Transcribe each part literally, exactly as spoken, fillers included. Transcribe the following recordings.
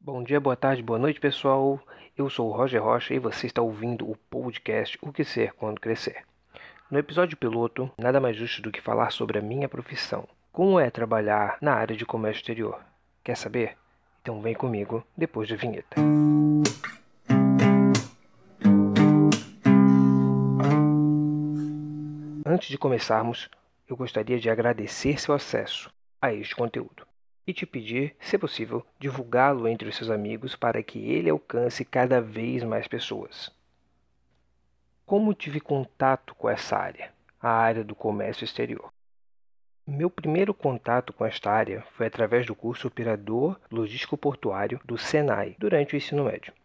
Bom dia, boa tarde, boa noite, pessoal. Eu sou o Roger Rocha e você está ouvindo o podcast O que Ser Quando Crescer. No episódio piloto, nada mais justo do que falar sobre a minha profissão. Como é trabalhar na área de comércio exterior? Quer saber? Então vem comigo depois da vinheta. Antes de começarmos, eu gostaria de agradecer seu acesso a este conteúdo e te pedir, se possível, divulgá-lo entre os seus amigos para que ele alcance cada vez mais pessoas. Como tive contato com essa área, a área do comércio exterior? Meu primeiro contato com esta área foi através do curso Operador Logístico Portuário do Senai, durante o ensino médio.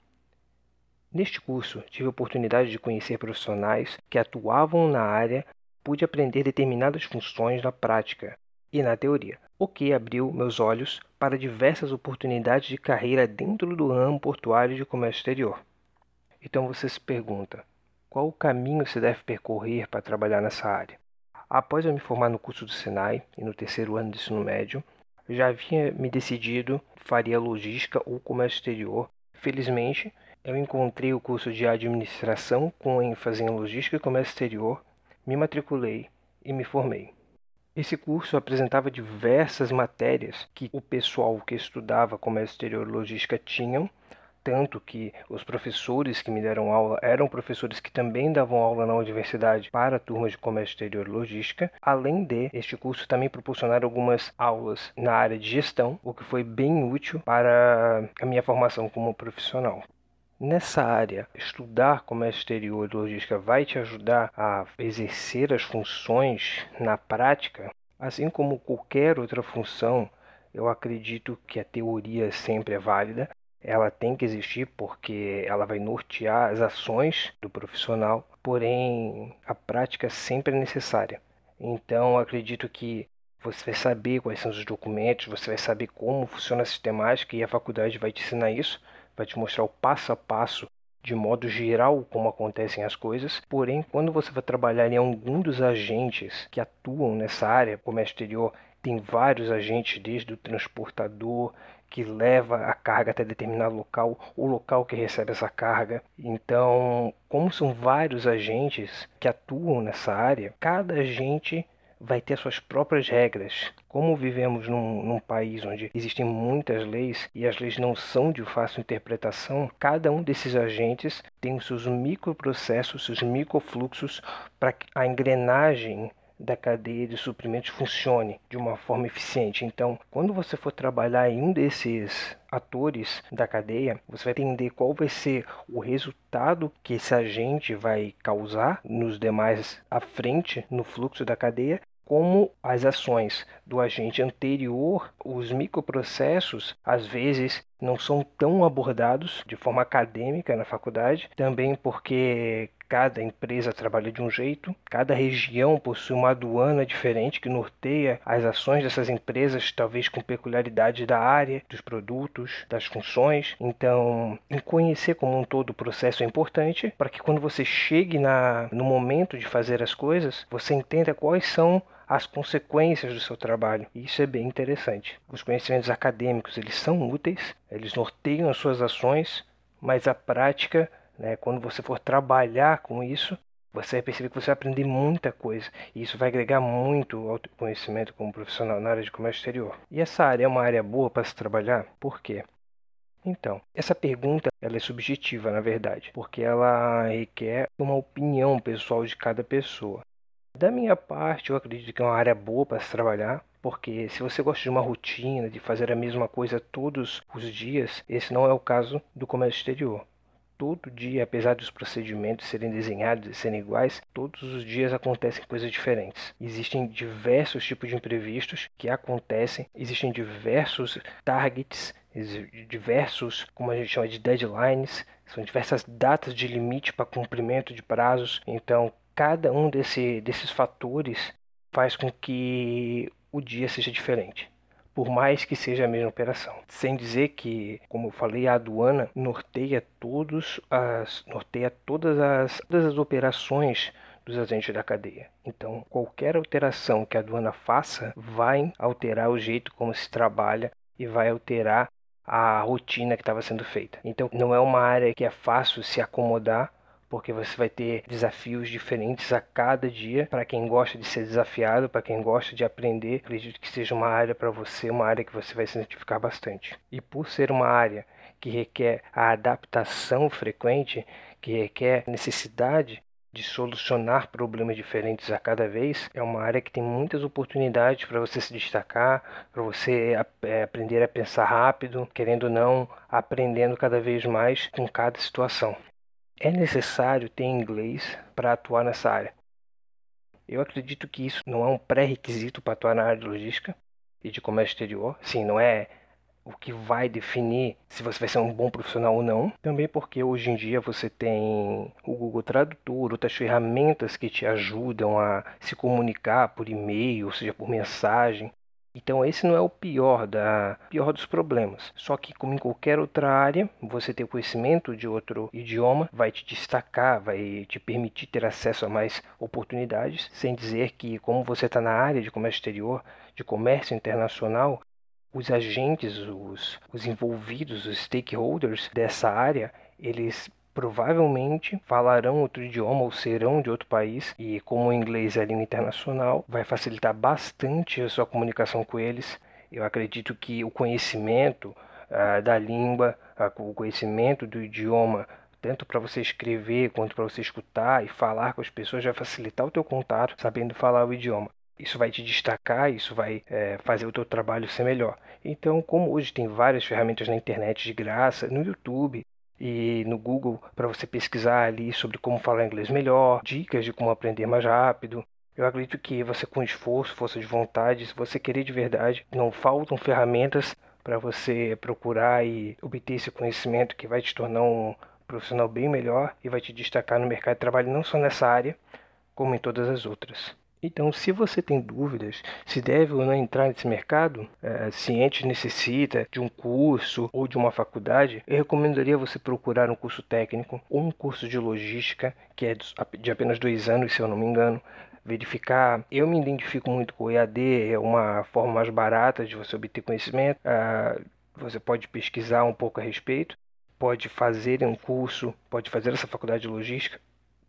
Neste curso, tive a oportunidade de conhecer profissionais que atuavam na área, pude aprender determinadas funções na prática e na teoria, o que abriu meus olhos para diversas oportunidades de carreira dentro do ramo portuário de comércio exterior. Então você se pergunta, qual o caminho se deve percorrer para trabalhar nessa área? Após eu me formar no curso do Senai e no terceiro ano do ensino médio, já havia me decidido faria logística ou comércio exterior. Felizmente, eu encontrei o curso de administração com ênfase em logística e comércio exterior, me matriculei e me formei. Esse curso apresentava diversas matérias que o pessoal que estudava comércio exterior e logística tinham, tanto que os professores que me deram aula eram professores que também davam aula na universidade para a turma de comércio exterior e logística. Além de, este curso também proporcionar algumas aulas na área de gestão, o que foi bem útil para a minha formação como profissional. Nessa área, estudar comércio exterior e logística vai te ajudar a exercer as funções na prática, assim como qualquer outra função. Eu acredito que a teoria sempre é válida, ela tem que existir porque ela vai nortear as ações do profissional, porém a prática sempre é necessária. Então acredito que você vai saber quais são os documentos, você vai saber como funciona a sistemática e a faculdade vai te ensinar isso, vai te mostrar o passo a passo, de modo geral, como acontecem as coisas. Porém, quando você vai trabalhar em algum dos agentes que atuam nessa área, comércio exterior, tem vários agentes, desde o transportador, que leva a carga até determinado local, o local que recebe essa carga. Então, como são vários agentes que atuam nessa área, cada agente vai ter suas próprias regras. Como vivemos num, num país onde existem muitas leis e as leis não são de fácil interpretação, cada um desses agentes tem os seus microprocessos, seus microfluxos para que a engrenagem da cadeia de suprimentos funcione de uma forma eficiente. Então, quando você for trabalhar em um desses atores da cadeia, você vai entender qual vai ser o resultado que esse agente vai causar nos demais à frente no fluxo da cadeia, como as ações do agente anterior, os microprocessos, às vezes não são tão abordados de forma acadêmica na faculdade, também porque cada empresa trabalha de um jeito, cada região possui uma aduana diferente que norteia as ações dessas empresas, talvez com peculiaridade da área, dos produtos, das funções. Então, em conhecer como um todo o processo é importante para que quando você chegue na, no momento de fazer as coisas, você entenda quais são as consequências do seu trabalho. E isso é bem interessante. Os conhecimentos acadêmicos, eles são úteis, eles norteiam as suas ações, mas a prática, né, quando você for trabalhar com isso, você vai perceber que você vai aprender muita coisa. E isso vai agregar muito ao teu conhecimento como profissional na área de comércio exterior. E essa área é uma área boa para se trabalhar? Por quê? Então, essa pergunta ela é subjetiva, na verdade, porque ela requer uma opinião pessoal de cada pessoa. Da minha parte, eu acredito que é uma área boa para se trabalhar, porque se você gosta de uma rotina, de fazer a mesma coisa todos os dias, esse não é o caso do comércio exterior. Todo dia, apesar dos procedimentos serem desenhados e serem iguais, todos os dias acontecem coisas diferentes. Existem diversos tipos de imprevistos que acontecem, existem diversos targets, diversos, como a gente chama de deadlines, são diversas datas de limite para cumprimento de prazos. Então, cada um desse, desses fatores faz com que o dia seja diferente, por mais que seja a mesma operação. Sem dizer que, como eu falei, a aduana norteia, todos as, norteia todas, as, todas as operações dos agentes da cadeia. Então, qualquer alteração que a aduana faça vai alterar o jeito como se trabalha e vai alterar à rotina que estava sendo feita. Então, não é uma área que é fácil se acomodar, porque você vai ter desafios diferentes a cada dia. Para quem gosta de ser desafiado, para quem gosta de aprender, acredito que seja uma área para você, uma área que você vai se identificar bastante. E por ser uma área que requer a adaptação frequente, que requer necessidade de solucionar problemas diferentes a cada vez, é uma área que tem muitas oportunidades para você se destacar, para você é, aprender a pensar rápido, querendo ou não, aprendendo cada vez mais com cada situação. É necessário ter inglês para atuar nessa área. Eu acredito que isso não é um pré-requisito para atuar na área de logística e de comércio exterior. Sim, não é o que vai definir se você vai ser um bom profissional ou não. Também porque hoje em dia você tem o Google Tradutor, outras ferramentas que te ajudam a se comunicar por e-mail, ou seja, por mensagem. Então esse não é o pior, da, pior dos problemas. Só que como em qualquer outra área, você ter conhecimento de outro idioma vai te destacar, vai te permitir ter acesso a mais oportunidades, sem dizer que como você está na área de comércio exterior, de comércio internacional, os agentes, os, os envolvidos, os stakeholders dessa área, eles provavelmente falarão outro idioma ou serão de outro país, e como o inglês é língua internacional, vai facilitar bastante a sua comunicação com eles. Eu acredito que o conhecimento uh, da língua, uh, o conhecimento do idioma, tanto para você escrever quanto para você escutar e falar com as pessoas, vai facilitar o teu contato sabendo falar o idioma. Isso vai te destacar, isso vai é, fazer o teu trabalho ser melhor. Então, como hoje tem várias ferramentas na internet de graça, no YouTube e no Google, para você pesquisar ali sobre como falar inglês melhor, dicas de como aprender mais rápido, eu acredito que você com esforço, força de vontade, se você querer de verdade, não faltam ferramentas para você procurar e obter esse conhecimento que vai te tornar um profissional bem melhor e vai te destacar no mercado de trabalho, não só nessa área, como em todas as outras. Então, se você tem dúvidas se deve ou não entrar nesse mercado, é, se antes necessita de um curso ou de uma faculdade, eu recomendaria você procurar um curso técnico ou um curso de logística, que é de apenas dois anos, se eu não me engano. Verificar, eu me identifico muito com o E A D, é uma forma mais barata de você obter conhecimento. Ah, você pode pesquisar um pouco a respeito, pode fazer um curso, pode fazer essa faculdade de logística,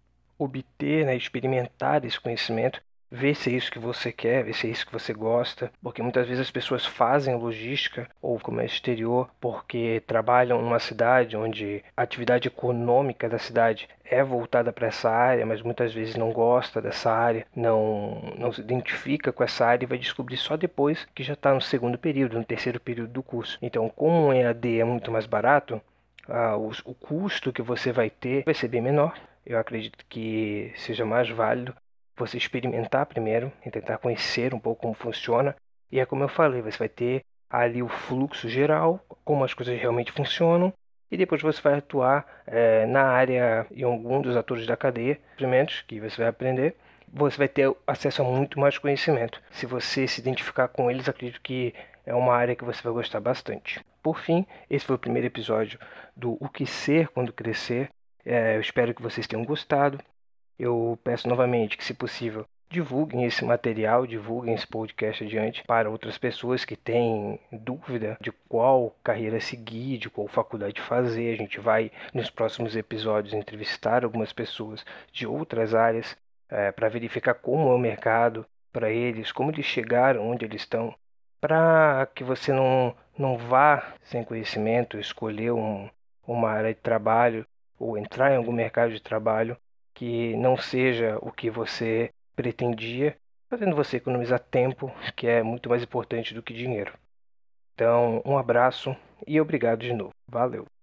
obter, né, experimentar esse conhecimento, ver se é isso que você quer, ver se é isso que você gosta, porque muitas vezes as pessoas fazem logística ou comércio exterior porque trabalham numa cidade onde a atividade econômica da cidade é voltada para essa área, mas muitas vezes não gosta dessa área, não, não se identifica com essa área e vai descobrir só depois que já está no segundo período, no terceiro período do curso. Então, como o E A D é muito mais barato, ah, o, o custo que você vai ter vai ser bem menor. Eu acredito que seja mais válido você experimentar primeiro e tentar conhecer um pouco como funciona. E é como eu falei, você vai ter ali o fluxo geral, como as coisas realmente funcionam, e depois você vai atuar é, na área em algum dos atores da cadeia, experimentos que você vai aprender. Você vai ter acesso a muito mais conhecimento. Se você se identificar com eles, acredito que é uma área que você vai gostar bastante. Por fim, esse foi o primeiro episódio do O que Ser Quando Crescer. É, eu espero que vocês tenham gostado. Eu peço novamente que, se possível, divulguem esse material, divulguem esse podcast adiante para outras pessoas que têm dúvida de qual carreira seguir, de qual faculdade fazer. A gente vai, nos próximos episódios, entrevistar algumas pessoas de outras áreas é, para verificar como é o mercado para eles, como eles chegaram onde eles estão, para que você não, não vá sem conhecimento, escolher um, uma área de trabalho ou entrar em algum mercado de trabalho que não seja o que você pretendia, fazendo você economizar tempo, que é muito mais importante do que dinheiro. Então, um abraço e obrigado de novo. Valeu!